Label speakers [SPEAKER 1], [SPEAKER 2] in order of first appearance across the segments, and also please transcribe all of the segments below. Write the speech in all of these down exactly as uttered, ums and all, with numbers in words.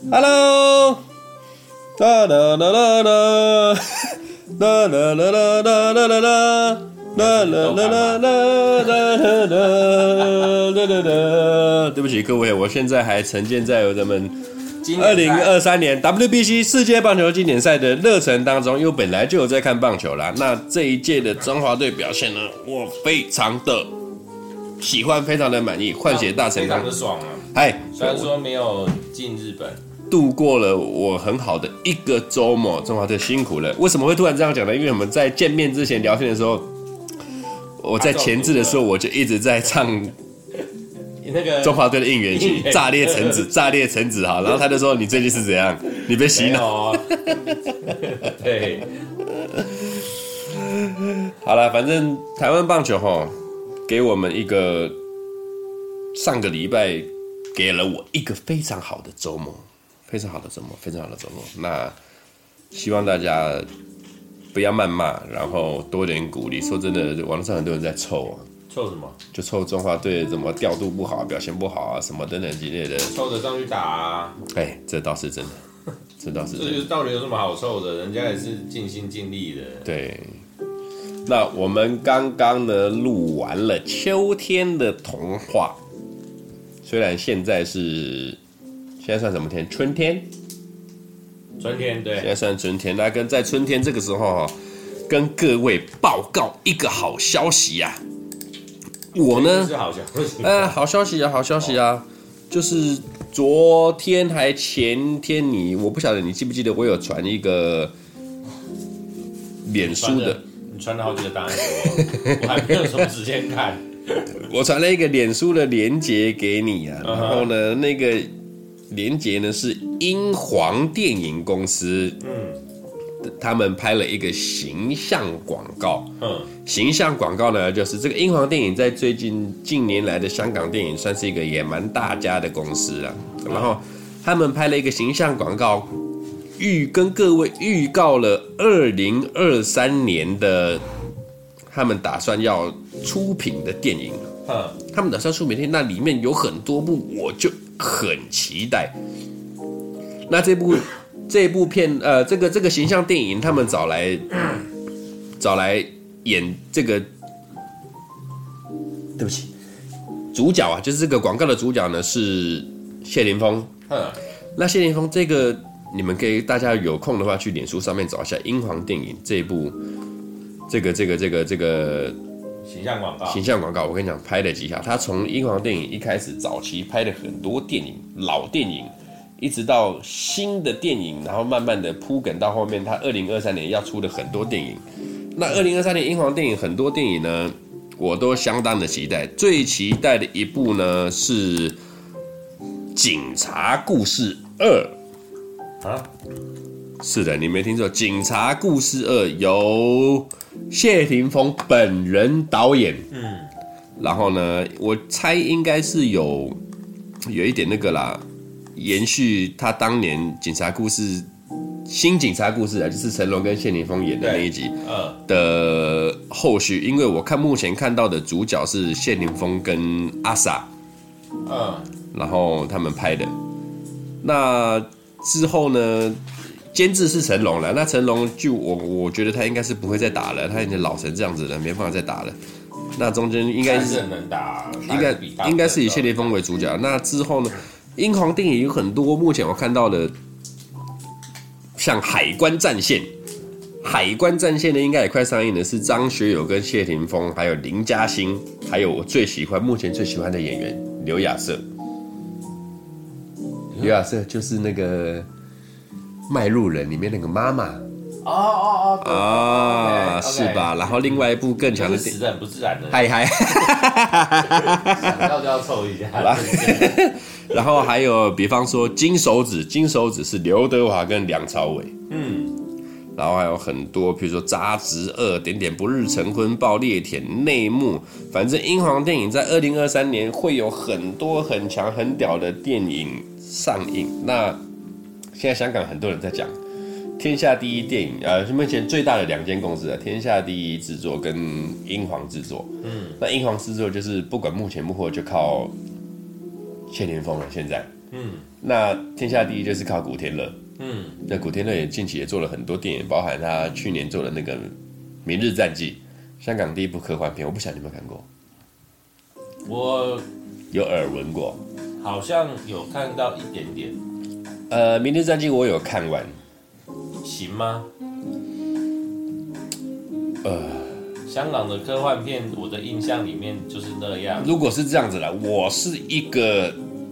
[SPEAKER 1] Hello， 哒啦啦啦啦，啦啦啦啦啦啦啦啦。啦啦啦啦啦啦啦啦啦！对不起各位，我现在还沉浸在咱们二零二三年 W B C 世界棒球经典赛的热忱当中，因为本来就有在看棒球啦。那这一届的中华队表现呢，我非常的喜欢，非常的满意，换血大成功，
[SPEAKER 2] 非常的爽啊！
[SPEAKER 1] 哎，
[SPEAKER 2] 虽然说没有进日本。
[SPEAKER 1] 度过了我很好的一个周末，中华队辛苦了。为什么会突然这样讲呢？因为我们在见面之前聊天的时候，我在前置的时候我就一直在唱
[SPEAKER 2] 那个
[SPEAKER 1] 中华队的应援曲《炸裂橙子》，炸裂橙子哈。然后他就说：“你最近是怎样？你被洗脑？”
[SPEAKER 2] 对，
[SPEAKER 1] 好了，反正台湾棒球哈，给我们一个上个礼拜给了我一个非常好的周末。非常好的周末，非常好的周末。那希望大家不要谩骂，然后多点鼓励。说真的，网络上很多人在臭啊，
[SPEAKER 2] 臭什么？
[SPEAKER 1] 就臭中华队怎么调度不好、表现不好啊，什么等等之类的。
[SPEAKER 2] 臭着上去打啊！
[SPEAKER 1] 哎，这倒是真的，这倒是真的。
[SPEAKER 2] 这就是到底有什么好臭的？人家也是尽心尽力的。
[SPEAKER 1] 对。那我们刚刚呢录完了秋天的童话，虽然现在是。现在算什么天？春天。
[SPEAKER 2] 春天对。
[SPEAKER 1] 现在算春天。那跟在春天这个时候哈，跟各位报告一个好消息啊！我呢，
[SPEAKER 2] 是好消息。
[SPEAKER 1] 呃，好消息啊，好消息啊！就是昨天还前天你，我不晓得你记不记得，我有传一个脸书的，
[SPEAKER 2] 你传了好几个答案给我，我还没有什么时间看。
[SPEAKER 1] 我传了一个脸书的连结给你啊， uh-huh. 然后呢，那个。连结呢是英皇电影公司，嗯，他们拍了一个形象广告，嗯，形象广告呢就是这个英皇电影在最近近年来的香港电影算是一个也蛮大家的公司啊，嗯、然后他们拍了一个形象广告，预跟各位预告了二零二三年的他们打算要出品的电影，嗯，他们打算出品的电影，那里面有很多部我就。很期待。那这部这部片，呃，这个这个形象电影，他们找来找来演这个，对不起，主角啊，就是这个广告的主角呢是谢霆锋。嗯，那谢霆锋这个，你们可以大家有空的话去脸书上面找一下英皇电影这一部，这个这个这个这个。
[SPEAKER 2] 形象广告，
[SPEAKER 1] 形象广告，我跟你讲，拍了几下。他从英皇电影一开始早期拍了很多电影，老电影，一直到新的电影，然后慢慢的铺梗到后面，他二零二三年要出的很多电影。那二零二三年英皇电影很多电影呢，我都相当的期待。最期待的一部呢是《警察故事二》啊。是的，你没听错，《警察故事二》由谢霆锋本人导演。嗯，然后呢，我猜应该是有有一点那个啦，延续他当年《警察故事》新《警察故事》啊，就是成龙跟谢霆锋演的那一集的后续。因为我看目前看到的主角是谢霆锋跟阿 sa， 嗯，然后他们拍的。那之后呢？监制是成龙了，那成龙就我我觉得他应该是不会再打了，他已经老成这样子了，没办法再打了。那中间应该是
[SPEAKER 2] 能打，
[SPEAKER 1] 应该应该是以谢霆锋为主角。那之后呢，英皇电影有很多，目前我看到的，像《海关战线》，《海关战线》呢应该也快上映了，是张学友跟谢霆锋，还有林嘉欣，还有我最喜欢目前最喜欢的演员刘亚瑟。刘亚瑟就是那个。卖路人里面那个妈妈，
[SPEAKER 2] 哦哦哦，
[SPEAKER 1] 啊，是吧？然后另外一部更强的，
[SPEAKER 2] 死得很不自然的，
[SPEAKER 1] 嗨嗨，
[SPEAKER 2] 想到就要凑一下。
[SPEAKER 1] 然后还有，比方说金手指，金手指是刘德华跟梁朝伟，嗯，然后还有很多，比如说渣直二、点点不日成婚、爆裂田、内幕，反正英皇电影在二零二三年会有很多很强很屌的电影上映。那现在香港很多人在讲天下第一电影，呃，目前最大的两间公司啊，天下第一制作跟英皇制作。嗯，那英皇制作就是不管幕前幕后就靠谢霆锋了。现在，嗯， 那天下第一就是靠古天乐。
[SPEAKER 2] 嗯，
[SPEAKER 1] 那古天乐也近期也做了很多电影，包含他去年做的那个《明日战记》，香港第一部科幻片，我不晓得你有没有看过，
[SPEAKER 2] 我
[SPEAKER 1] 有耳闻过。
[SPEAKER 2] 好像有看到一点点。
[SPEAKER 1] 呃，《明日战记》我有看完，
[SPEAKER 2] 行吗？
[SPEAKER 1] 呃，
[SPEAKER 2] 香港的科幻片，我的印象里面就是那样。
[SPEAKER 1] 如果是这样子啦，我是一个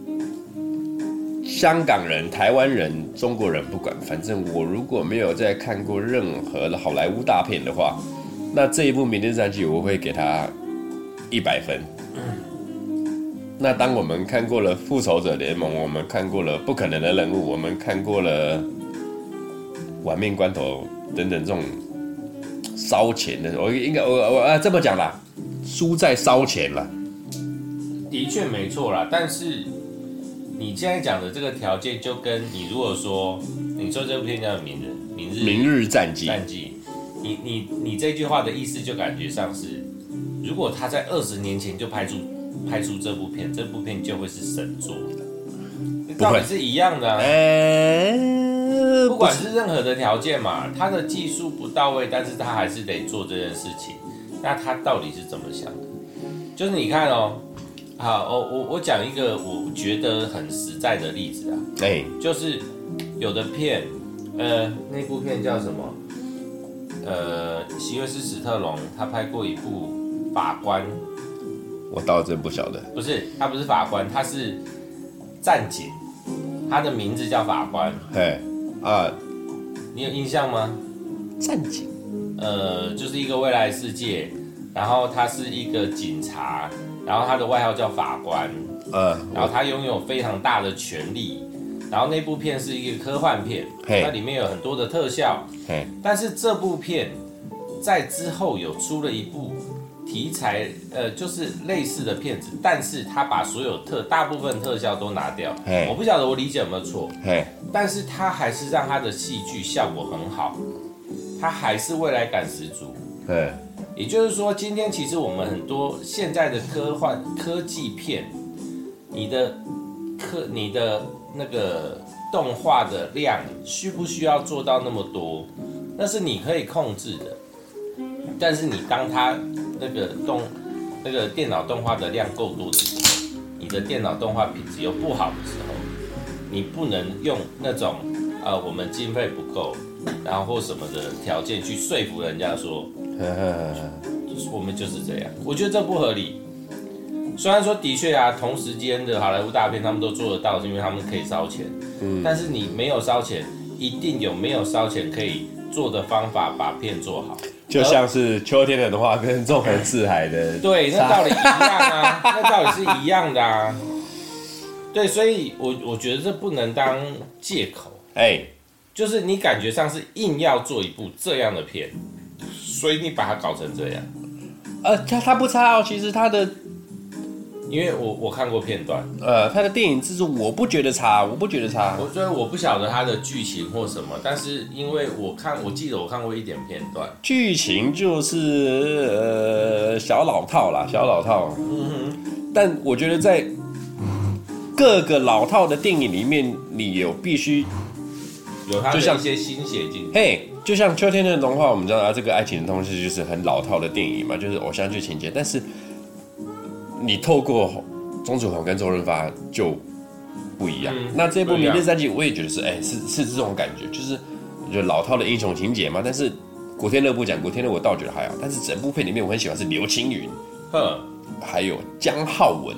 [SPEAKER 1] 香港人、台湾人、中国人不管，反正我如果没有再看过任何的好莱坞大片的话，那这一部《明日战记》我会给他一百分。那当我们看过了《复仇者联盟》，我们看过了《不可能的任务》，我们看过了《玩命关头》等等这种烧钱的，我应该我我啊这么讲啦，输在烧钱啦。
[SPEAKER 2] 的确没错啦，但是你现在讲的这个条件，就跟你如果说你说这部片叫《明日明日
[SPEAKER 1] 明日战记》
[SPEAKER 2] 战记，你你你这句话的意思就感觉上是，如果他在二十年前就拍出拍出这部片，这部片就会是神作，道理是一样的、啊。
[SPEAKER 1] 呃，
[SPEAKER 2] 不管是任何的条件嘛，他的技术不到位，但是他还是得做这件事情。那他到底是怎么想的？就是你看哦，好，我我我讲一个我觉得很实在的例子啊，
[SPEAKER 1] 哎、欸，
[SPEAKER 2] 就是有的片，呃，那部片叫什么？呃，席维斯·史特龙他拍过一部《法官》，
[SPEAKER 1] 我倒真不晓得。
[SPEAKER 2] 不是，他不是法官，他是战警，他的名字叫法官。
[SPEAKER 1] 嘿，啊，
[SPEAKER 2] 你有印象吗？
[SPEAKER 1] 战警，
[SPEAKER 2] 呃，就是一个未来世界，然后他是一个警察，然后他的外号叫法官，
[SPEAKER 1] 呃，
[SPEAKER 2] 然后他拥有非常大的权力，然后那部片是一个科幻片，它里面有很多的特效，但是这部片在之后有出了一部题材，呃，就是类似的片子，但是他把所有特大部分特效都拿掉，我不晓得我理解有没有错，但是他还是让他的戏剧效果很好，他还是未来感十足，也就是说，今天其实我们很多现在的科幻科技片，你的科你的那个动画的量需不需要做到那么多？那是你可以控制的。但是你当它那个动那个电脑动画的量够多的时候，你的电脑动画品质又不好的时候，你不能用那种呃我们经费不够，然后或什么的条件去说服人家说，我们就是这样。我觉得这不合理。虽然说的确啊，同时间的好莱坞大片他们都做得到，是因为他们可以烧钱。嗯，但是你没有烧钱，一定有没有烧钱可以做的方法把片做好。
[SPEAKER 1] 就像是秋天的话跟纵横四海的，
[SPEAKER 2] 对，那道理一样啊，那道理是一样的啊。对，所以我我觉得这不能当借口。哎、欸，就是你感觉上是硬要做一部这样的片，所以你把它搞成这样。
[SPEAKER 1] 呃，他他不差哦，其实他的。
[SPEAKER 2] 因为我我看过片段，
[SPEAKER 1] 呃，他的电影制作我不觉得差，我不觉得差。
[SPEAKER 2] 我觉得我不晓得他的剧情或什么，但是因为我看，我记得我看过一点片段，
[SPEAKER 1] 剧情就是呃小老套啦，小老套。嗯哼。但我觉得在各个老套的电影里面，你有必须
[SPEAKER 2] 有他的一些新血进去。
[SPEAKER 1] 嘿，就像秋天的童话，我们知道啊，这个爱情的东西就是很老套的电影嘛，就是偶像剧情节，但是。你透过钟楚红跟周润发就不一样。嗯、那这部《明日战记》我也觉得是，哎、欸，是是这种感觉，就是就老套的英雄情节嘛。但是古天乐不讲，古天乐我倒觉得还好。但是整部片里面我很喜欢是刘青云，呵，还有江浩文，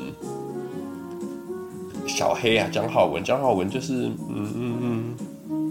[SPEAKER 1] 小黑啊，江浩文，江浩文就是嗯嗯嗯，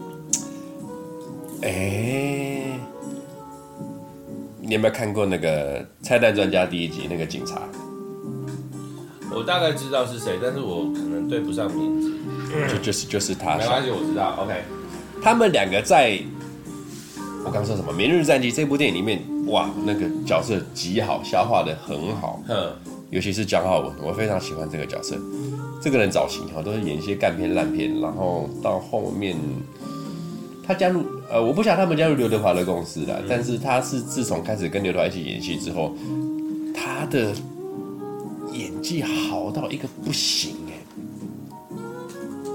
[SPEAKER 1] 哎、欸，你有没有看过那个《拆弹专家》第一集那个警察？
[SPEAKER 2] 我大概知道是谁，但是我可能对不上名字。
[SPEAKER 1] 就就是就是他。
[SPEAKER 2] 没关系，我知道。OK，
[SPEAKER 1] 他们两个在，我刚说什么？《明日战记》这部电影里面，哇，那个角色极好，消化的很好。尤其是江浩文，我非常喜欢这个角色。这个人早期哈都是演一些干片烂片，然后到后面他加入呃，我不晓得他们加入刘德华的公司啦，嗯、但是他是自从开始跟刘德华一起演戏之后，他的演技好到一个不行哎、欸，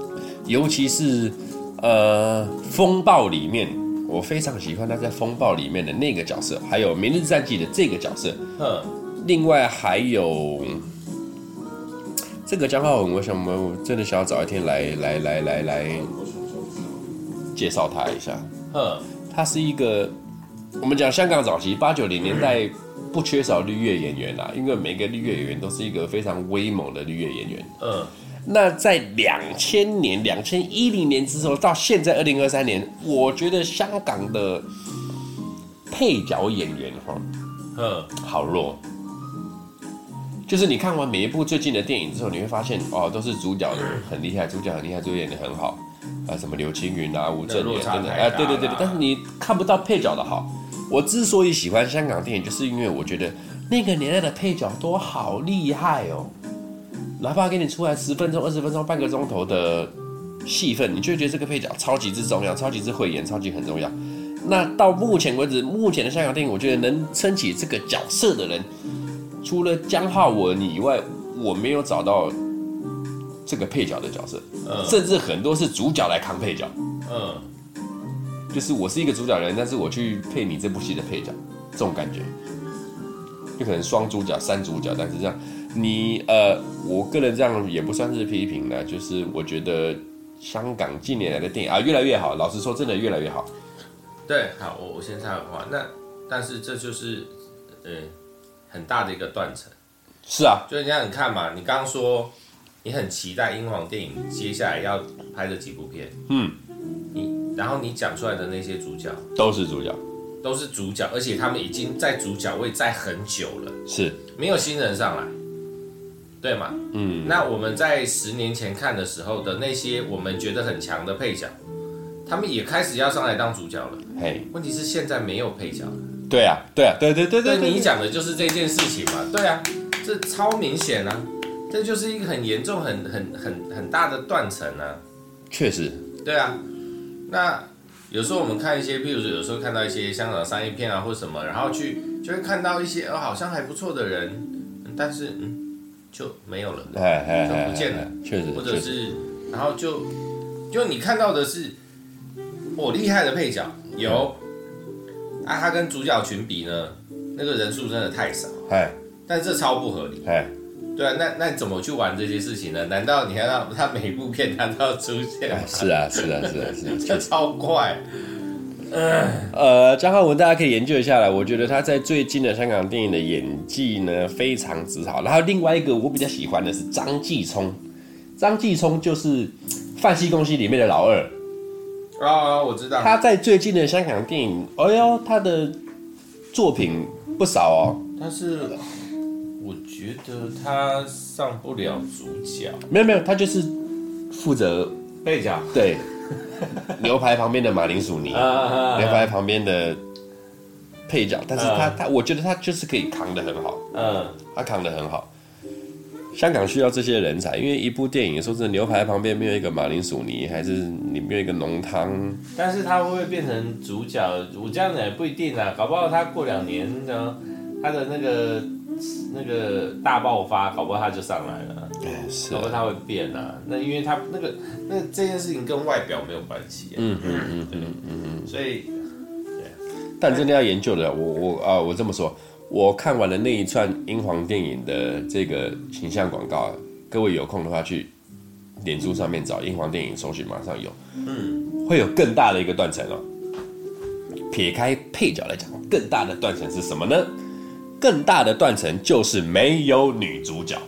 [SPEAKER 1] 尤其是呃风暴里面，我非常喜欢他在风暴里面的那个角色，还有明日战记的这个角色。
[SPEAKER 2] 嗯，
[SPEAKER 1] 另外还有这个江浩文，我想我真的想要找一天来来来来来介绍他一下。
[SPEAKER 2] 嗯，
[SPEAKER 1] 他是一个我们讲香港早期八九零年代不缺少绿叶演员啦，因为每个绿叶演员都是一个非常威猛的绿叶演员。
[SPEAKER 2] 嗯。
[SPEAKER 1] 那在两千年、两千一零年之后，到现在二零二三年，我觉得香港的配角演员哈，
[SPEAKER 2] 嗯，
[SPEAKER 1] 好弱。就是你看完每一部最近的电影之后，你会发现哦，都是主角很厉害，主角很厉害，主角演得很好啊，什么刘青云啊、吴镇宇等等，啊，对对对，但是你看不到配角的好。我之所以喜欢香港电影，就是因为我觉得那个年代的配角都好厉害哦。哪怕给你出来十分钟、二十分钟、半个钟头的戏份，你就会觉得这个配角超级之重要，超级之会演，超级很重要。那到目前为止，目前的香港电影，我觉得能撑起这个角色的人，除了江浩文以外，我没有找到这个配角的角色，嗯、甚至很多是主角来扛配角。嗯，就是我是一个主角人，但是我去配你这部戏的配角，这种感觉，就可能双主角、三主角，但是这样。你呃，我个人这样也不算是批评了，就是我觉得香港近年来的电影啊越来越好，老实说真的越来越好。
[SPEAKER 2] 对，好，我我先插个话，那但是这就是呃很大的一个断层。
[SPEAKER 1] 是啊，
[SPEAKER 2] 就人家很看嘛，你刚刚说你很期待英皇电影接下来要拍的几部片，嗯，你然后你讲出来的那些主角
[SPEAKER 1] 都是主角。
[SPEAKER 2] 都是主角，而且他们已经在主角位在很久了，
[SPEAKER 1] 是
[SPEAKER 2] 没有新人上来。对嘛？嗯，那我们在十年前看的时候的那些我们觉得很强的配角，他们也开始要上来当主角了。嘿，问题是现在没有配角了。
[SPEAKER 1] 对啊，对啊，对对对对，
[SPEAKER 2] 对你讲的就是这件事情嘛。对啊，这超明显啊，这就是一个很严重、很很很很大的断层啊。
[SPEAKER 1] 确实。对
[SPEAKER 2] 啊，那有时候我们看一些，譬如说有时候看到一些香港商业片啊或什么，然后去就会看到一些哦好像还不错的人，但是嗯。就没有了，就不见了，
[SPEAKER 1] 确实，
[SPEAKER 2] 或者是，然后就，就你看到的是，我厉害的配角有，啊，他跟主角群比呢，那个人数真的太少，哎，但这超不合理，哎，对啊，那那你怎么去玩这些事情呢？难道你要让他每部片他都要出现吗？
[SPEAKER 1] 是啊，是啊，是啊，是啊，
[SPEAKER 2] 这超怪。
[SPEAKER 1] 呃，张浩文大家可以研究一下来，我觉得他在最近的香港电影的演技呢非常之好。然后另外一个我比较喜欢的是张继聪，张继聪就是《范西公司》里面的老二。
[SPEAKER 2] 啊，我知道。
[SPEAKER 1] 他在最近的香港电影，哎呦，他的作品不少哦。
[SPEAKER 2] 但是我觉得他上不了主角。
[SPEAKER 1] 没有没有，他就是负责
[SPEAKER 2] 配角。
[SPEAKER 1] 对。牛排旁边的马铃薯泥，牛排旁边的配角，但是他他，我觉得他就是可以扛得很好，嗯，他扛得很好。香港需要这些人才，因为一部电影说真的，牛排旁边没有一个马铃薯泥，还是你没有一个浓汤，
[SPEAKER 2] 但是他会不会变成主角？我这样讲也不一定啊，搞不好他过两年呢，他的那个那个大爆发，搞不好他就上来了。
[SPEAKER 1] 是、
[SPEAKER 2] 啊，搞不好他会变啊。那因为他那个那这件事情跟外表没有关系、啊。嗯嗯嗯嗯嗯嗯。所以，对。
[SPEAKER 1] 但真的要研究的，我我啊，我这么说，我看完了那一串英皇电影的这个形象广告，各位有空的话去脸书上面找英皇电影搜寻，马上有。嗯。会有更大的一个断层哦。撇开配角来讲，更大的断层是什么呢？更大的断层就是没有女主角。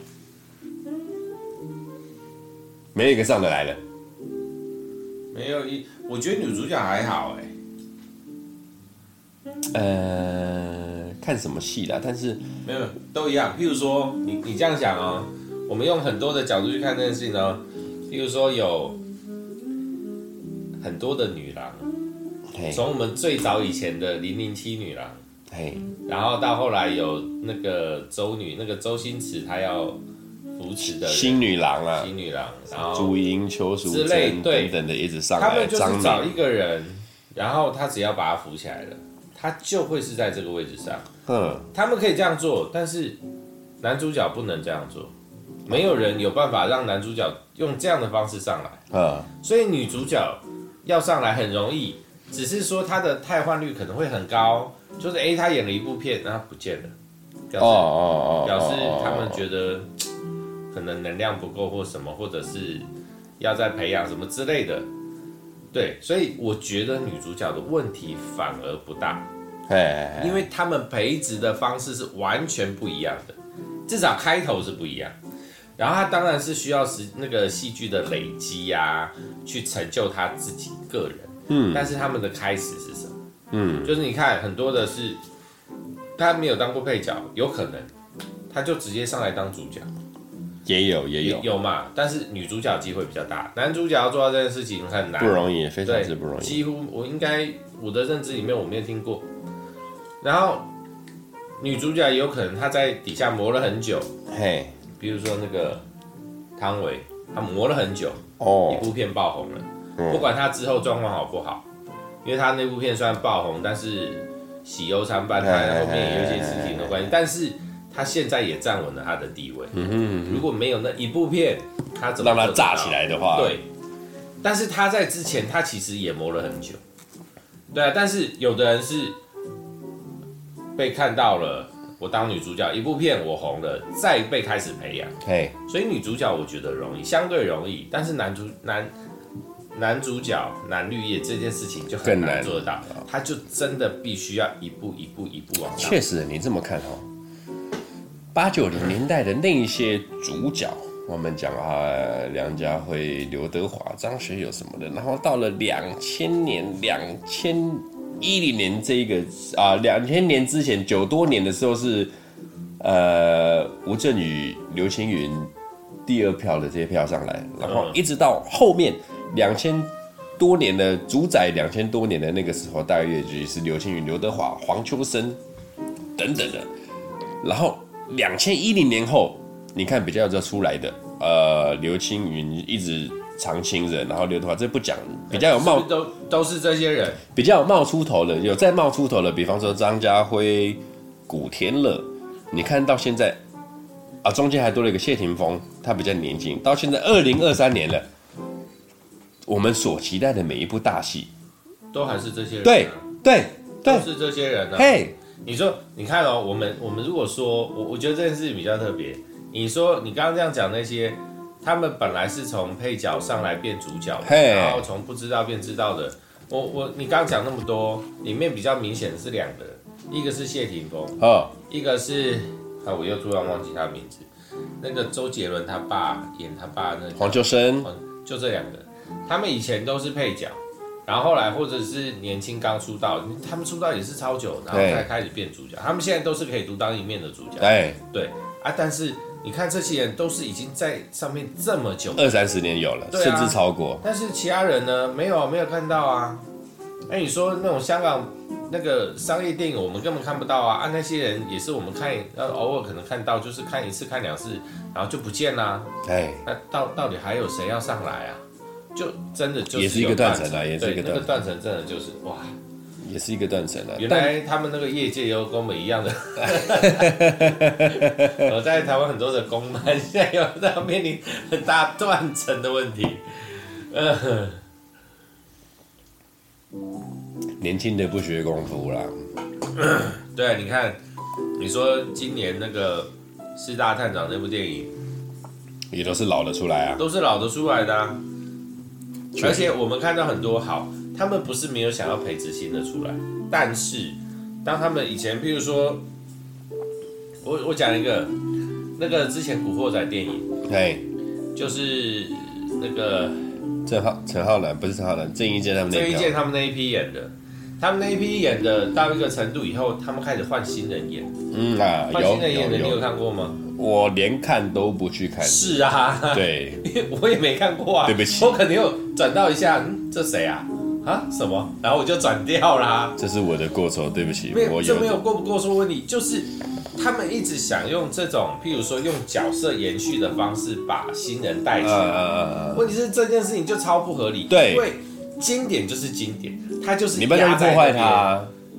[SPEAKER 1] 没有一个上得来的，
[SPEAKER 2] 没有一，我觉得女主角还好哎、
[SPEAKER 1] 欸，呃，看什么戏啦，但是
[SPEAKER 2] 没有都一样。譬如说，你你这样想哦，我们用很多的角度去看这件事情哦。譬如说，有很多的女郎，从我们最早以前的零零七女郎，然后到后来有那个周女，那个周星驰她要扶持的
[SPEAKER 1] 新女郎啊，
[SPEAKER 2] 新女郎，然后
[SPEAKER 1] 朱茵、邱淑贞等等的一直上来，
[SPEAKER 2] 他们就是找一个人，然后他只要把他扶起来了，他就会是在这个位置上。嗯，他们可以这样做，但是男主角不能这样做。 没有人有办法让男主角用这样的方式上来，嗯，所以女主角要上来很容易，只是说她的汰换率可能会很高，就是哎，她演了一部片，然后不见了，表示、哦、表示他们觉得可能能量不够或什么，或者是要再培养什么之类的，对，所以我觉得女主角的问题反而不大，因为他们培植的方式是完全不一样的，至少开头是不一样。然后他当然是需要时那个戏剧的累积啊，去成就他自己个人。嗯，但是他们的开始是什么？嗯，就是你看很多的是他没有当过配角，有可能他就直接上来当主角，
[SPEAKER 1] 也有也有
[SPEAKER 2] 有嘛。但是女主角机会比较大，男主角要做到这件事情很难，
[SPEAKER 1] 不容易，非常之不容易。
[SPEAKER 2] 几乎我应该我的认知里面我没有听过。然后女主角也有可能她在底下磨了很久，嘿。比如说那个汤唯，他磨了很久，哦，一部片爆红了，嗯、不管他之后状况好不好，因为他那部片虽然爆红，但是喜忧参半，他后面也有一些事情的关系，但是他现在也站稳了他的地位。嗯哼嗯哼，如果没有那一部片，他怎么
[SPEAKER 1] 让他炸起来的话，
[SPEAKER 2] 对。但是他在之前，他其实也磨了很久，对啊。但是有的人是被看到了。我当女主角，一部片我红了，再被开始培养，所以女主角我觉得容易，相对容易，但是男主男男主角男绿叶这件事情就很难做得到，他就真的必须要一步一步一步往上。
[SPEAKER 1] 确实，你这么看哦，八九零年代的那一些主角，我们讲啊，梁家辉、刘德华、张学友什么的，然后到了两千年、两千。一零年这一个啊，两千年之前九多年的时候是，呃，吴镇宇、刘青云第二票的这些票上来，然后一直到后面两千多年的主宰，两千多年的那个时候，大约就是刘青云、刘德华、黄秋生等等的，然后两千一零年后，你看比较要出来的，呃，刘青云一直。常青人，然后刘德华这不讲，比较有冒
[SPEAKER 2] 是是都都是这些人，
[SPEAKER 1] 比较有冒出头的，有再冒出头的，比方说张家辉、古天乐，你看到现在啊，中间还多了一个谢霆锋，他比较年轻，到现在二零二三年了，我们所期待的每一部大戏，
[SPEAKER 2] 都还是这些人、啊，
[SPEAKER 1] 对对对，
[SPEAKER 2] 都是这些人啊。
[SPEAKER 1] 嘿、hey ，
[SPEAKER 2] 你说，你看哦，我们我们如果说，我我觉得这件事情比较特别，你说你刚刚这样讲那些。他们本来是从配角上来变主角的， hey. 然后从不知道变知道的。我我你刚刚讲那么多，里面比较明显的是两个人，一个是谢霆锋，哦，一个是啊，我又突然忘记他的名字，那个周杰伦他爸演他爸那个
[SPEAKER 1] 黄秋生，
[SPEAKER 2] 就这两个人，他们以前都是配角，然后后来或者是年轻刚出道，他们出道也是超久，然后才开始变主角，他们现在都是可以独当一面的主角，对对啊，但是。你看这些人都是已经在上面这么久，
[SPEAKER 1] 二三十年有了，啊、甚至超过。
[SPEAKER 2] 但是其他人呢？没有，没有看到啊。哎，你说那种香港那个商业电影，我们根本看不到啊。啊，那些人也是我们看，呃，偶尔可能看到，就是看一次、看两次，然后就不见啦。哎，那到到底还有谁要上来啊？就真的就是
[SPEAKER 1] 也是一个断层啊，也是一个
[SPEAKER 2] 断层。那个断层真的就是哇。
[SPEAKER 1] 也是一个断层啊！
[SPEAKER 2] 原来他们那个业界也有跟我们一样的，我在台湾很多的公班，现在有在面临很大断层的问题。呃、
[SPEAKER 1] 年轻的不学功夫啦。
[SPEAKER 2] 对，你看，你说今年那个四大探长那部电影，
[SPEAKER 1] 也都是老的出来啊，
[SPEAKER 2] 都是老的出来的啊。而且我们看到很多好。他们不是没有想要培植新的出来，但是当他们以前，譬如说，我我讲一个，那个之前《古惑仔》电影，哎，就是那个
[SPEAKER 1] 陈浩陈浩南不是陈浩南，郑伊健他们那
[SPEAKER 2] 郑伊健他们那一批演的，他们那一批演的到一个程度以后，他们开始换新人演，
[SPEAKER 1] 嗯啊，
[SPEAKER 2] 换新人演的，你有看过吗？
[SPEAKER 1] 我连看都不去看。
[SPEAKER 2] 是啊，
[SPEAKER 1] 对，
[SPEAKER 2] 我也没看过啊，
[SPEAKER 1] 对不起，
[SPEAKER 2] 我可能有转到一下，嗯，这谁啊？啊什么？然后我就转掉啦。
[SPEAKER 1] 这是我的过错，对不起。
[SPEAKER 2] 没有，这没有过不过错问题，就是他们一直想用这种，譬如说用角色延续的方式把新人带去。呃、问题是这件事情就超不合理。
[SPEAKER 1] 对，
[SPEAKER 2] 因为经典就是经典，它就是
[SPEAKER 1] 你不要去破坏它。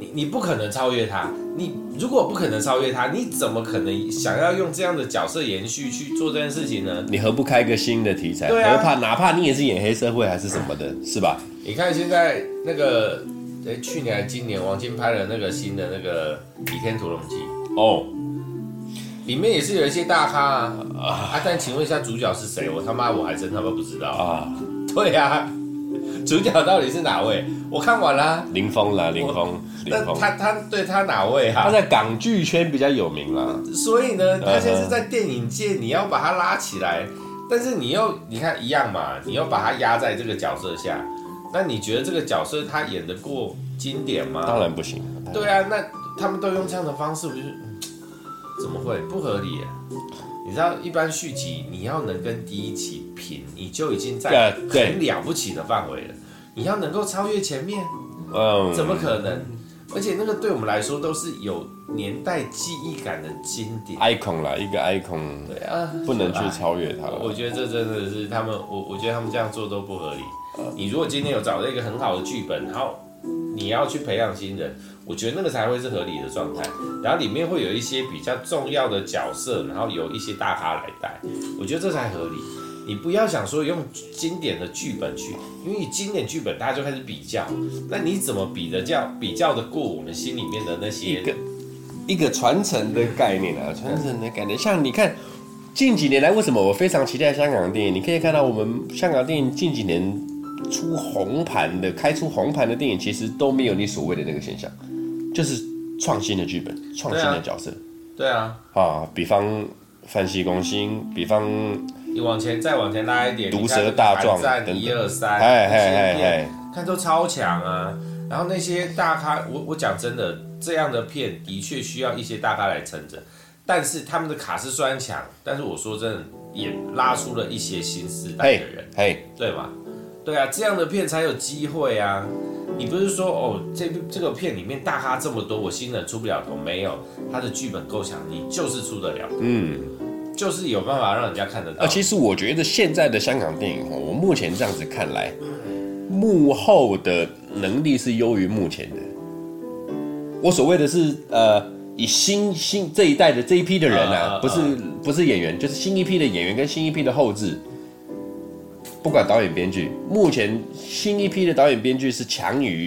[SPEAKER 2] 你你不可能超越他。你如果不可能超越他，你怎么可能想要用这样的角色延续去做这件事情呢？
[SPEAKER 1] 你何不开个新的题材？
[SPEAKER 2] 对啊，
[SPEAKER 1] 何怕哪怕你也是演黑社会还是什么的，是吧？
[SPEAKER 2] 你看现在那个，哎，去年还今年王晶拍了那个新的那个《倚天屠龙记》
[SPEAKER 1] 哦，
[SPEAKER 2] 里面也是有一些大咖啊。啊，但请问一下主角是谁？我他妈我还真他妈不知道啊。对啊。主角到底是哪位？我看完啦，
[SPEAKER 1] 林峰啦，林峰，林峰，
[SPEAKER 2] 他他对他哪位啊？
[SPEAKER 1] 他在港剧圈比较有名啦，
[SPEAKER 2] 所以呢，他现在是在电影界，你要把他拉起来，但是你又你看一样嘛，你又把他压在这个角色下，那你觉得这个角色他演得过经典吗？
[SPEAKER 1] 当然不行。
[SPEAKER 2] 对啊，那他们都用这样的方式，我就、嗯、怎么会不合理、啊？你知道，一般续集你要能跟第一期平，你就已经在很了不起的范围了。你要能够超越前面，嗯，怎么可能？而且那个对我们来说都是有年代记忆感的经典
[SPEAKER 1] icon 啦，一个 icon，
[SPEAKER 2] 对啊，
[SPEAKER 1] 不能去超越它。
[SPEAKER 2] 我觉得这真的是他们，我我觉得他们这样做都不合理。你如果今天有找到一个很好的剧本，然后你要去培养新人，我觉得那个才会是合理的状态。然后里面会有一些比较重要的角色，然后有一些大咖来带，我觉得这才合理。你不要想说用经典的剧本去，因为你经典剧本大家就开始比较，那你怎么比的较比较的过我们心里面的那些
[SPEAKER 1] 一个一个传承的概念啊，传承的概念。像你看近几年来，为什么我非常期待香港电影？你可以看到我们香港电影近几年出红盘的、开出红盘的电影，其实都没有你所谓的那个现象，就是创新的剧本、创新的角色。
[SPEAKER 2] 对啊，
[SPEAKER 1] 啊，比方范西攻心，比方。
[SPEAKER 2] 你往前再往前拉一点，
[SPEAKER 1] 毒舌大壮
[SPEAKER 2] 等一二三，
[SPEAKER 1] 哎哎哎，
[SPEAKER 2] 看都超强啊！然后那些大咖，我我讲真的，这样的片的确需要一些大咖来撑着，但是他们的卡司虽然强，但是我说真的，也拉出了一些新时代的人，
[SPEAKER 1] 嘿，
[SPEAKER 2] 对吗？对啊，这样的片才有机会啊！你不是说哦，这这个片里面大咖这么多，我新人出不了头，没有，他的剧本够强，你就是出得了头，嗯。就是有办法让人家看得到。
[SPEAKER 1] 呃，其实我觉得现在的香港电影，我目前这样子看来，幕后的能力是优于幕前的。我所谓的是，呃，以新新这一代的这一批的人啊，不是不是演员，就是新一批的演员跟新一批的后制，不管导演编剧，目前新一批的导演编剧是强于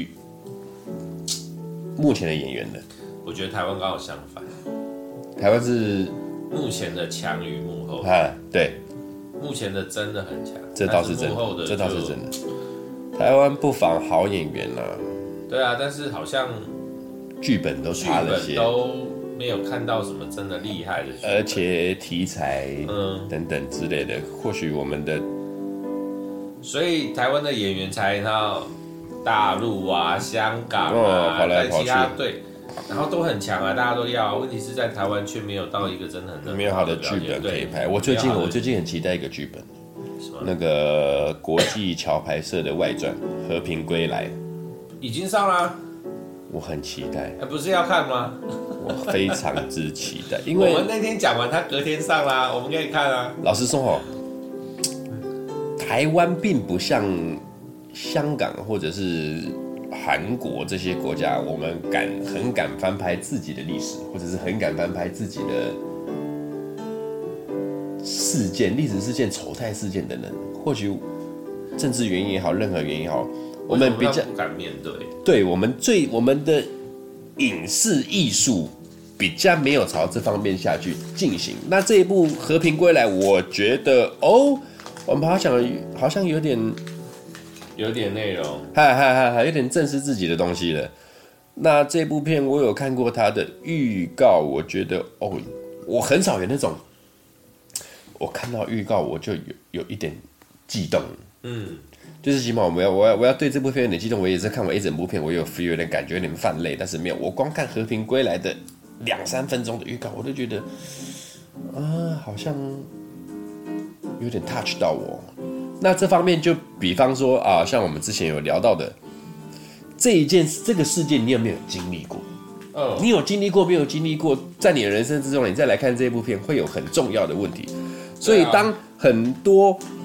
[SPEAKER 1] 目前的演员的。
[SPEAKER 2] 我觉得台湾刚好相反，
[SPEAKER 1] 台湾是。
[SPEAKER 2] 目前的强于幕后，
[SPEAKER 1] 啊，对，
[SPEAKER 2] 目前的真的很强，
[SPEAKER 1] 这倒是真的，这倒是真的。台湾不乏好演员啦、啊，
[SPEAKER 2] 对啊，但是好像
[SPEAKER 1] 剧本都差了些，
[SPEAKER 2] 都没有看到什么真的厉害的剧本，
[SPEAKER 1] 而且题材嗯等等之类的，或许我们的，
[SPEAKER 2] 所以台湾的演员才到大陆啊、香港啊，在、哦、其他对。然后都很强啊，大家都要、啊。问题是在台湾却没有到一个真的很
[SPEAKER 1] 没有好的剧本可以拍。我最近我最近很期待一个剧本，那个国际桥牌社的外传《和平归来》
[SPEAKER 2] 已经上啦，
[SPEAKER 1] 我很期待。
[SPEAKER 2] 哎，不是要看吗？
[SPEAKER 1] 我非常之期待，因为
[SPEAKER 2] 我们那天讲完，他隔天上啦，我们可以看啊。
[SPEAKER 1] 老实说哦，台湾并不像香港或者是。韩国这些国家，我们敢很敢翻拍自己的历史，或者是很敢翻拍自己的事件、历史事件、丑态事件等等。或许政治原因也好，任何原因也好，我们比较
[SPEAKER 2] 不敢面对。
[SPEAKER 1] 对我们最我们的影视艺术比较没有朝这方面下去进行。那这一部《和平归来》，我觉得哦，我们好像好像有点。
[SPEAKER 2] 有点内容，
[SPEAKER 1] 嗨嗨嗨嗨，有点正视自己的东西了。那这部片我有看过它的预告，我觉得哦，我很少有那种，我看到预告我就有有一点激动，嗯，就是起码我要我要我要对这部片有点激动，我也是看完一整部片，我有 feel 有点感觉有点泛泪，但是没有，我光看《和平归来》的两三分钟的预告，我就觉得啊，好像有点 touch 到我。那这方面就比方说啊，像我们之前有聊到的这一件这个事件，你有没有经历过？哦，你有经历过没有经历过？在你的人生之中，你再来看这部片，会有很重要的问题。所以当很多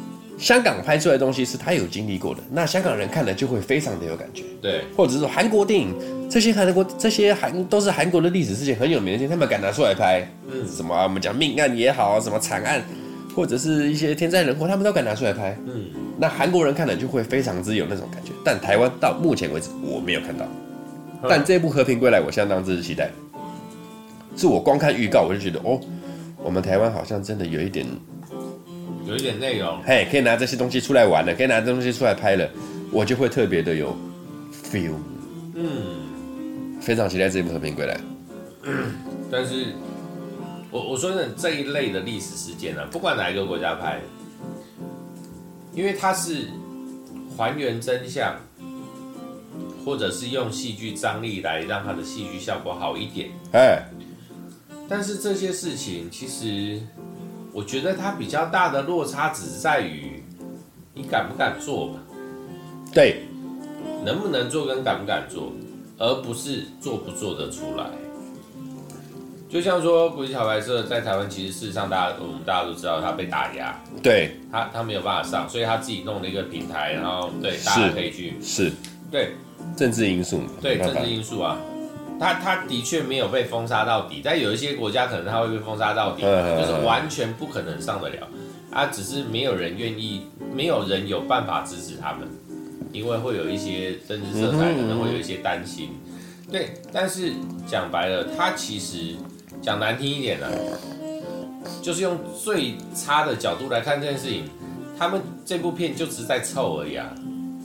[SPEAKER 1] 香港拍出来的东西是他有经历过的，那香港人看了就会非常的有感觉。
[SPEAKER 2] 对，
[SPEAKER 1] 或者是说韩国电影，这些韩国这些韩都是韩国的历史事件很有名的，他们敢拿出来拍，嗯，什么、啊、我们讲命案也好，什么惨案，或者是一些天灾人祸，他们都敢拿出来拍，嗯，那韩国人看了就会非常之有那种感觉。但台湾到目前为止我没有看到，但这部《和平归来》我相当之期待，是我光看预告我就觉得哦，我们台湾好像真的有一点。
[SPEAKER 2] 有一点内容，
[SPEAKER 1] 嘿，可以拿这些东西出来玩了，可以拿这些东西出来拍了，我就会特别的有 feel， 嗯，非常期待这一部《和平归来》。
[SPEAKER 2] 嗯，但是我我说的这一类的历史事件呢、啊，不管哪一个国家拍，因为它是还原真相，或者是用戏剧张力来让它的戏剧效果好一点，哎，但是这些事情其实。我觉得它比较大的落差只在于你敢不敢做吧？
[SPEAKER 1] 对，
[SPEAKER 2] 能不能做跟敢不敢做，而不是做不做得出来。就像说国际桥牌社在台湾，其实事实上大家我们大家都知道它被打压，
[SPEAKER 1] 对，
[SPEAKER 2] 他他没有办法上，所以他自己弄了一个平台，然后对大家可以去
[SPEAKER 1] 是，
[SPEAKER 2] 对
[SPEAKER 1] 政治因素，
[SPEAKER 2] 对政治因素啊。他他的确没有被封杀到底，但有一些国家可能他会被封杀到底，就是完全不可能上得了啊，只是没有人愿意，没有人有办法支持他们，因为会有一些政治色彩，可能会有一些担心。对，但是讲白了，他其实讲难听一点呢、啊，就是用最差的角度来看这件事情，他们这部片就只是在凑而已啊，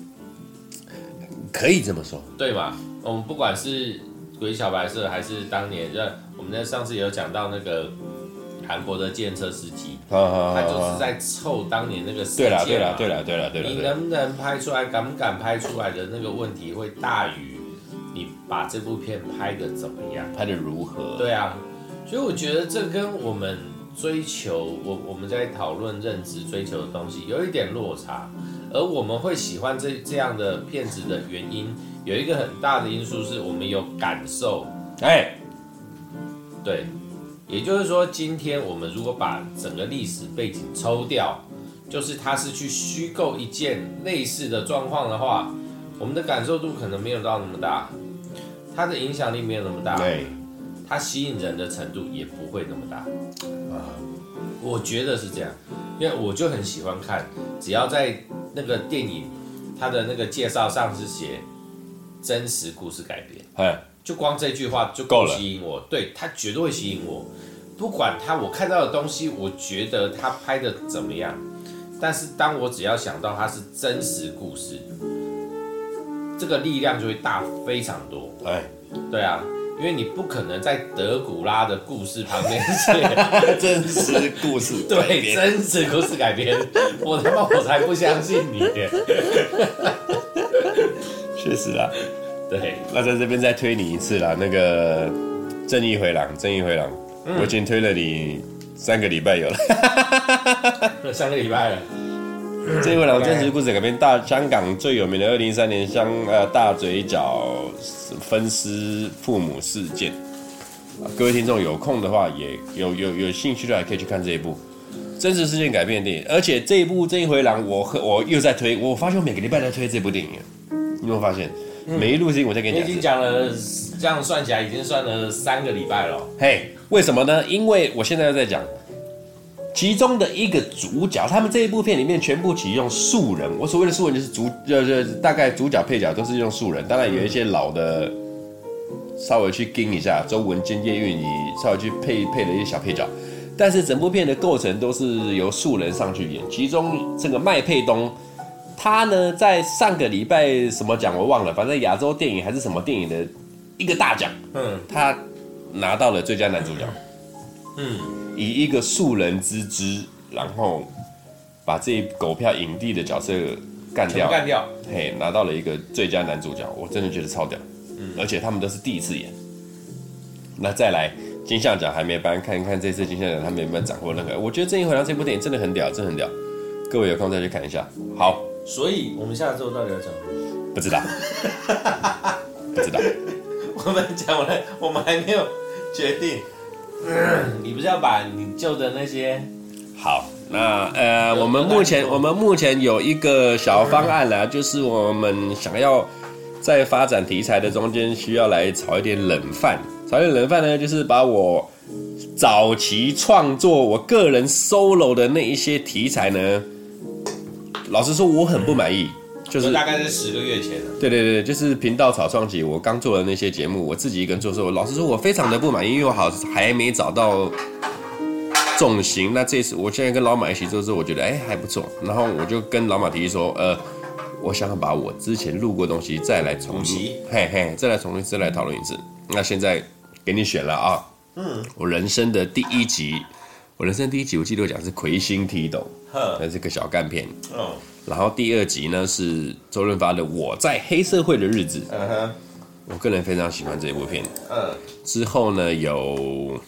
[SPEAKER 1] 可以这么说，
[SPEAKER 2] 对吧？我们不管是国际桥牌社还是当年，就我们在上次也有讲到那个韩国的计程车司机，他就是在凑当年那个事件嘛。
[SPEAKER 1] 对啦，对啦，对啦，对啦，对啦。
[SPEAKER 2] 你能不能拍出来，敢不敢拍出来的那个问题，会大于你把这部片拍的怎么样，
[SPEAKER 1] 拍的如何？
[SPEAKER 2] 对啊，所以我觉得这跟我们追求，我我们在讨论认知追求的东西有一点落差，而我们会喜欢这这样的片子的原因。有一个很大的因素是我们有感受，哎，对，也就是说，今天我们如果把整个历史背景抽掉，就是它是去虚构一件类似的状况的话，我们的感受度可能没有到那么大，它的影响力没有那么大，对，它吸引人的程度也不会那么大，啊，我觉得是这样，因为我就很喜欢看，只要在那个电影它的那个介绍上是写。真实故事改编，就光这句话就够吸引我，对，它绝对会吸引我。不管他我看到的东西，我觉得他拍的怎么样，但是当我只要想到它是真实故事，这个力量就会大非常多。哎，对啊，因为你不可能在德古拉的故事旁边写
[SPEAKER 1] 真实故事，
[SPEAKER 2] 对，真实故事改编，我他妈我才不相信你。
[SPEAKER 1] 确实啦，
[SPEAKER 2] 对，
[SPEAKER 1] 那在这边再推你一次啦，那个正义回廊，正义回廊，嗯、我已经推了你三个礼拜有了，
[SPEAKER 2] 三个礼拜了。
[SPEAKER 1] 正义回廊真实故事改编大香港最有名的二零一三年香呃大嘴角分尸父母事件，各位听众有空的话，也有有有兴趣的还可以去看这一部真实事件改编的电影，而且这一部正义回廊，我我又在推，我发现我每个礼拜在推这部电影。你有没有发现，嗯、每一路事情我在跟你讲，
[SPEAKER 2] 你已经讲了，这样算起来已经算了三个礼拜了。
[SPEAKER 1] 嘿，为什么呢？因为我现在又在讲其中的一个主角，他们这一部片里面全部启用素人。我所谓的素人就是主，就是大概主角配角都是用素人，当然有一些老的稍微去跟一下，周文健、叶蕴仪稍微去配配了一些小配角，但是整部片的构成都是由素人上去演。其中这个麦佩东。他呢，在上个礼拜什么奖我忘了，反正亚洲电影还是什么电影的一个大奖，嗯，他拿到了最佳男主角，嗯，以一个素人之姿，然后把这狗票影帝的角色干掉，
[SPEAKER 2] 干掉，
[SPEAKER 1] 嘿，拿到了一个最佳男主角，我真的觉得超屌，嗯，而且他们都是第一次演。那再来金像奖还没颁，看一看这次金像奖他们有没有斩获任何？我觉得《正义回廊》这部电影真的很屌，真的很屌，各位有空再去看一下。好。
[SPEAKER 2] 所以我们下周到底要讲什么？
[SPEAKER 1] 不知道，不知道。
[SPEAKER 2] 我们讲完了，我们还没有决定。嗯、你不是要把你旧的那些
[SPEAKER 1] 好，那呃，我们目前我们目前有一个小方案啦，就是我们想要在发展题材的中间，需要来炒一点冷饭。炒一点冷饭呢，就是把我早期创作我个人 solo 的那一些题材呢，老实说我很不满意。就是
[SPEAKER 2] 大概是十个月前了。
[SPEAKER 1] 对对对，就是频道草创期我刚做的那些节目，我自己一个人做的时候，老实说我非常的不满意，因为我好还没找到重心。那这次我现在跟老马一起做之后，我觉得哎还不错，然后我就跟老马提议说，呃，我想把我之前录过的东西再来重新，嘿嘿，再来重新再来讨论一次。那现在给你选了啊，嗯，我人生的第一集，我人生第一集我记得我讲是魁星踢斗，那是个小干片，哦。然后第二集呢是周润发的《我在黑社会的日子》，嗯哼，我个人非常喜欢这部片。嗯，之后呢有，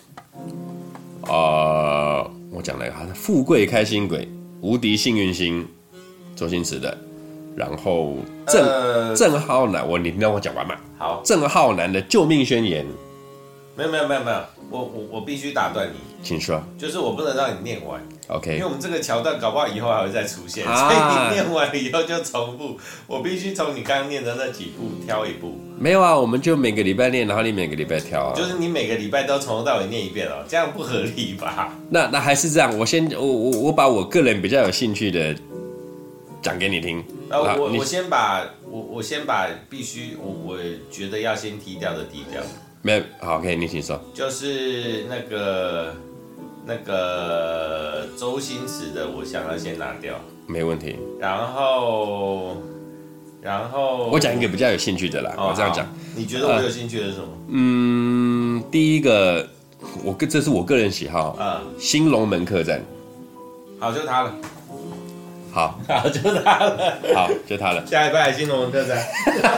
[SPEAKER 1] 呃，我讲了一个《富贵开心鬼》《无敌幸运星》，周星驰的。然后郑、呃、郑浩南，我你让我讲完嘛？
[SPEAKER 2] 好，
[SPEAKER 1] 郑浩南的《救命宣言》。
[SPEAKER 2] 没有没有没有没有，我我我必须打断你，
[SPEAKER 1] 请说。
[SPEAKER 2] 就是我不能让你念完。
[SPEAKER 1] OK，
[SPEAKER 2] 因为我们这个桥段搞不好以后还会再出现，啊、所以你念完以后就重复。我必须从你刚刚念的那几部挑一部。
[SPEAKER 1] 没有啊，我们就每个礼拜念，然后你每个礼拜挑啊。
[SPEAKER 2] 就是你每个礼拜都从头到尾念一遍哦，这样不合理吧？
[SPEAKER 1] 那那还是这样，我先我我我把我个人比较有兴趣的讲给你听。
[SPEAKER 2] 呃，我我先把我我先把必须我我觉得要先踢掉的踢掉。
[SPEAKER 1] 没有，好 ，OK， 你请说。
[SPEAKER 2] 就是那个。那个周星驰的，我想要先拿掉，
[SPEAKER 1] 没问题。
[SPEAKER 2] 然后，然后
[SPEAKER 1] 我讲一个比较有兴趣的啦，哦、我这样讲。
[SPEAKER 2] 你觉得我有兴趣的是什么？呃、
[SPEAKER 1] 嗯，第一个，我这是我个人喜好，嗯，《新龙门客栈》。
[SPEAKER 2] 好，就他了。
[SPEAKER 1] 好，
[SPEAKER 2] 好，就他了。
[SPEAKER 1] 好，就他了。
[SPEAKER 2] 下一拜《新龙门客栈》。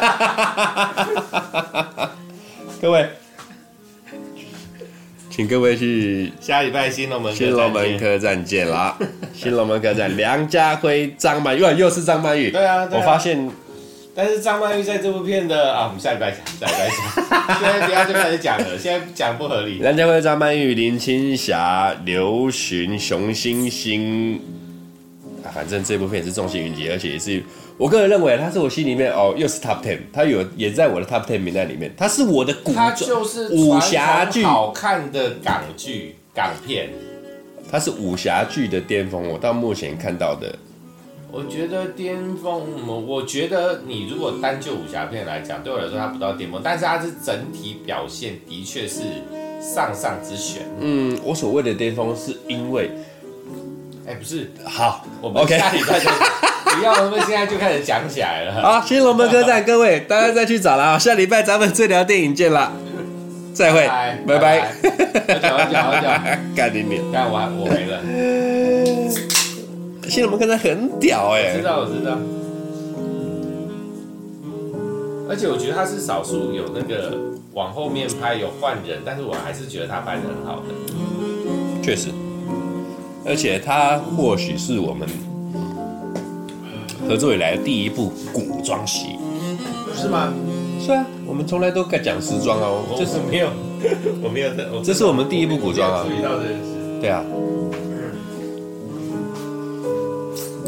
[SPEAKER 1] 各位。请各位去
[SPEAKER 2] 下礼拜新龙门
[SPEAKER 1] 新龙门客栈见啦！新龙门客栈，梁家辉、张曼玉，又是张曼玉。
[SPEAKER 2] 对啊，对啊，
[SPEAKER 1] 我发现，
[SPEAKER 2] 但是张曼玉在这部片的啊，我们下礼拜讲，下礼拜讲，现在等下就开始讲了，现在讲不合理。
[SPEAKER 1] 梁家辉、张曼玉、林青霞、刘询、熊星星，啊，反正这部片也是众星云集，而且也是。我个人认为，他是我心里面哦，又是 top ten， 他有也在我的 top ten 名单里面。他是我的古，
[SPEAKER 2] 他就是
[SPEAKER 1] 武侠剧
[SPEAKER 2] 好看的港剧港片，
[SPEAKER 1] 他是武侠剧的巅峰。我到目前看到的，
[SPEAKER 2] 我觉得巅峰，我觉得你如果单就武侠片来讲，对我来说他不到巅峰，但是他是整体表现的确是上上之选。
[SPEAKER 1] 嗯，我所谓的巅峰是因为，
[SPEAKER 2] 哎，不是，
[SPEAKER 1] 好，
[SPEAKER 2] 我们下礼拜就。不要，我们现在就开始讲起来了。
[SPEAKER 1] 好，新龙门客栈，各位大家再去找了，下礼拜咱们最聊电影见啦，再会，拜拜。
[SPEAKER 2] 好久好久好久，
[SPEAKER 1] 干你脸，
[SPEAKER 2] 干我我没了。
[SPEAKER 1] 新龙门客栈很屌哎、
[SPEAKER 2] 欸，我知道我知道，而且我觉得他是少数有那个往后面拍有换人，但是我还是觉得他拍得很好的。
[SPEAKER 1] 确实，而且他或许是我们。合作以来的第一部古装戏，
[SPEAKER 2] 是吗？
[SPEAKER 1] 是啊，我们从来都敢讲时装哦，
[SPEAKER 2] 这是没有，我没有，
[SPEAKER 1] 这是我们第一部古装啊，
[SPEAKER 2] 注意到这件事。
[SPEAKER 1] 对啊。